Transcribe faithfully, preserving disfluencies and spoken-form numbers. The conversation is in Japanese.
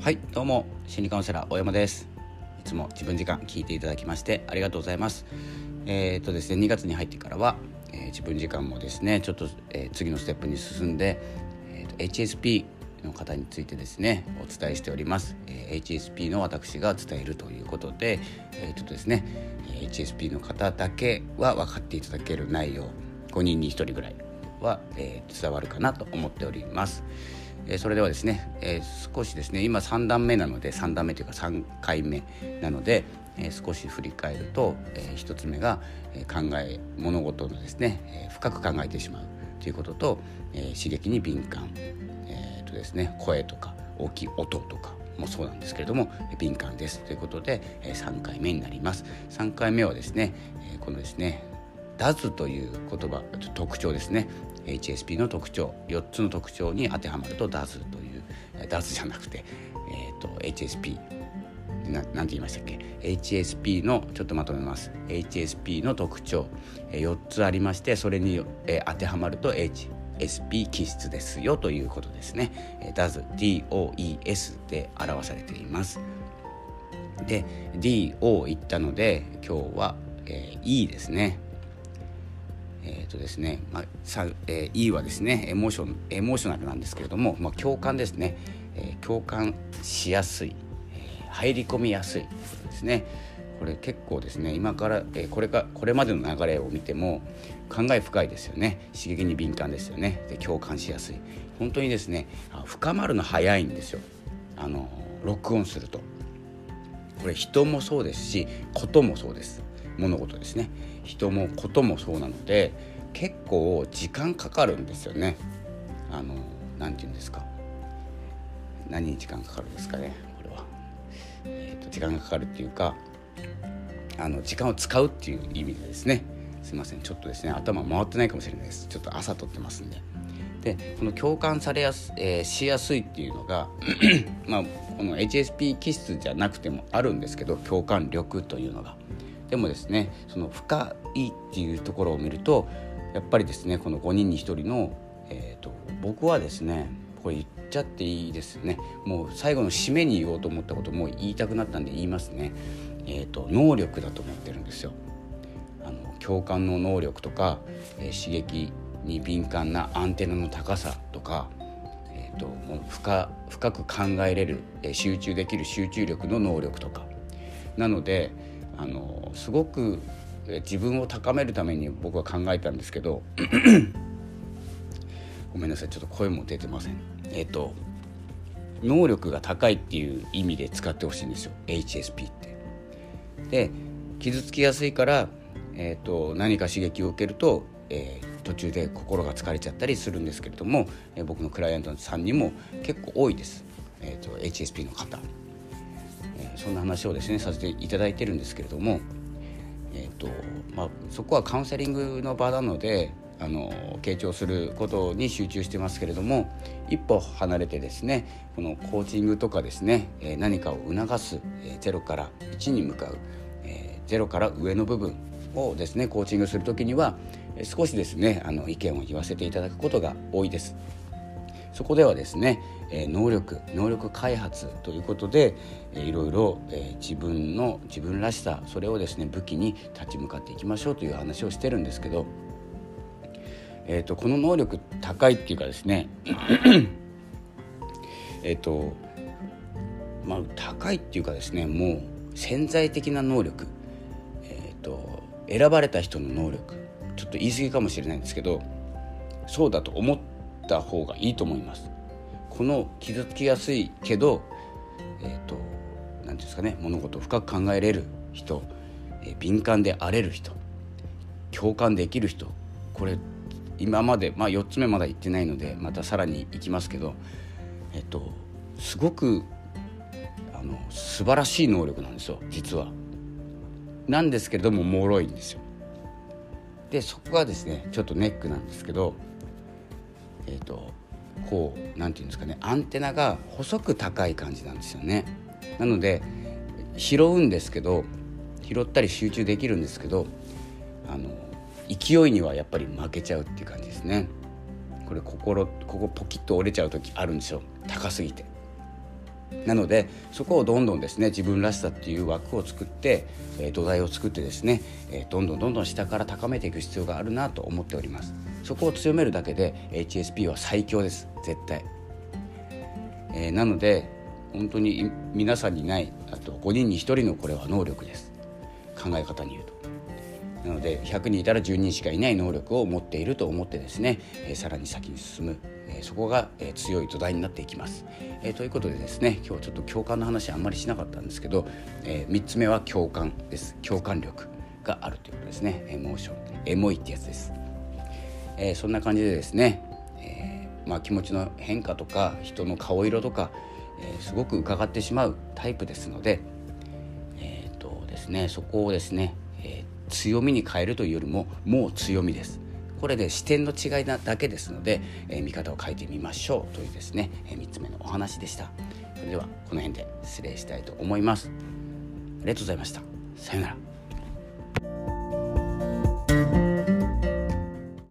はい、どうも心理カウンセラー大山です。いつも自分時間聞いていただきましてありがとうございます。えー、っとですねにがつに入ってからは、えー、自分時間もですねちょっと、えー、次のステップに進んで、えー、と エイチエスピー の方についてですねお伝えしております。えー、エイチエスピー の私が伝えるということで、えー、ちょっとですね エイチエスピー の方だけは分かっていただける内容ごにんにひとりぐらいは、えー、伝わるかなと思っております。えー、それではですね、えー、少しですね今さんだんめなのでさんだんめというかさんかいめなので、えー、少し振り返ると、えー、ひとつめが、えー、考え物事のですね、えー、深く考えてしまうということと、えー、刺激に敏感、えーとですね、声とか大きい音とかもそうなんですけれども敏感ですということで、えー、さんかいめになります。さんかいめはですね、えー、このですねダズという言葉特徴ですね エイチエスピー の特徴よっつの特徴に当てはまるとダズというダズじゃなくて、えー、と エイチエスピー な, なんて言いましたっけ エイチエスピー のちょっとまとめます。 エイチエスピー の特徴よっつありましてそれに、えー、当てはまると エイチエスピー 気質ですよということですね。 ダズ ディーオーイーエス で表されています。で ディーオー 言ったので今日は、えー、E ですね。えーとですねまあさえー、E はですねエモーションエモーショナルなんですけれども、まあ、共感ですね、えー、共感しやすい、えー、入り込みやすいということですね。これ結構ですね今から、えー、これかこれまでの流れを見ても考え深いですよね。刺激に敏感ですよね。で共感しやすい。本当にですね深まるの早いんですよ。あの録音するとこれ人もそうですしこともそうです。物事ですね。人もこともそうなので結構時間かかるんですよね。あのなんていうんですか何に時間かかるんですかねこれは、えーと、時間がかかるっていうかあの時間を使うっていう意味でですねすいませんちょっとですね頭回ってないかもしれないです。ちょっと朝撮ってますんで。でこの共感されやす、えー、しやすいっていうのがまあこの エイチエスピー 気質じゃなくてもあるんですけど共感力というのがでもですねその深いっていうところを見るとやっぱりですねこのごにんにひとりの、えーと、僕はですねこれ言っちゃっていいですよね。もう最後の締めに言おうと思ったこともう言いたくなったんで言いますね。えーと、能力だと思ってるんですよ。あの共感の能力とか、えー、刺激に敏感なアンテナの高さとか、えーと、もう 深, 深く考えれる、えー、集中できる集中力の能力とかなのであのすごく自分を高めるために僕は考えたんですけどごめんなさいちょっと声も出てません。えっと能力が高いっていう意味で使ってほしいんですよ エイチエスピー って。で傷つきやすいから、えっと何か刺激を受けると、えー、途中で心が疲れちゃったりするんですけれども、えー、僕のクライアントさんにも結構多いです、えっと エイチエスピー の方。そんな話をですねさせていただいてるんですけれども、えーとまあ、そこはカウンセリングの場なのであの傾聴することに集中してますけれども一歩離れてですねこのコーチングとかですね、えー、何かを促す、えー、ゼロからいちに向かう、えー、ゼロから上の部分をですねコーチングするときには、えー、少しですねあの意見を言わせていただくことが多いです。そこではですね、えー、能力能力開発ということで、えー、いろいろ、えー、自分の自分らしさそれをですね武器に立ち向かっていきましょうという話をしてるんですけど、えーと、この能力高いっていうかですねえっとまあ高いっていうかですねもう潜在的な能力、えーと選ばれた人の能力ちょっと言い過ぎかもしれないんですけどそうだと思ってた方がいいと思います。この傷つきやすいけど、えーと、なんていうんですかね物事を深く考えれる人、えー、敏感であれる人共感できる人これ今まで、まあ、よっつめまだ言ってないのでまたさらにいきますけど、えーと、すごくあの素晴らしい能力なんですよ実は。なんですけれども脆いんですよ。でそこがですねちょっとネックなんですけどえーと、こうなんていうんですかねアンテナが細く高い感じなんですよね。なので拾うんですけど拾ったり集中できるんですけどあの勢いにはやっぱり負けちゃうっていう感じですね。これ心ここポキッと折れちゃう時あるんですよ高すぎて。 なのでそこをどんどんですね自分らしさっていう枠を作って、えー、土台を作ってですね、えー、どんどんどんどん下から高めていく必要があるなと思っております。そこを強めるだけで エイチエスピー は最強です、絶対。えー、なので本当に皆さんにない、あとごにんにひとりのこれは能力です、考え方に言うと。なのでひゃくにんいたらじゅうにんしかいない能力を持っていると思ってですね、えー、さらに先に進む、えー、そこが、えー、強い土台になっていきます。えー、ということでですね、今日はちょっと共感の話あんまりしなかったんですけど、えー、みっつめは共感です。共感力があるということですね。エモーション、エモいってやつです。えー、そんな感じでですね、えーまあ、気持ちの変化とか人の顔色とか、えー、すごく伺ってしまうタイプですので、えーとですね、そこをですね、えー強みに変えるというよりももう強みです。これで視点の違いなだけですので、えー、見方を変えてみましょうというですね、えー、みっつめのお話でした。それではこの辺で失礼したいと思います。ありがとうございました。さようなら。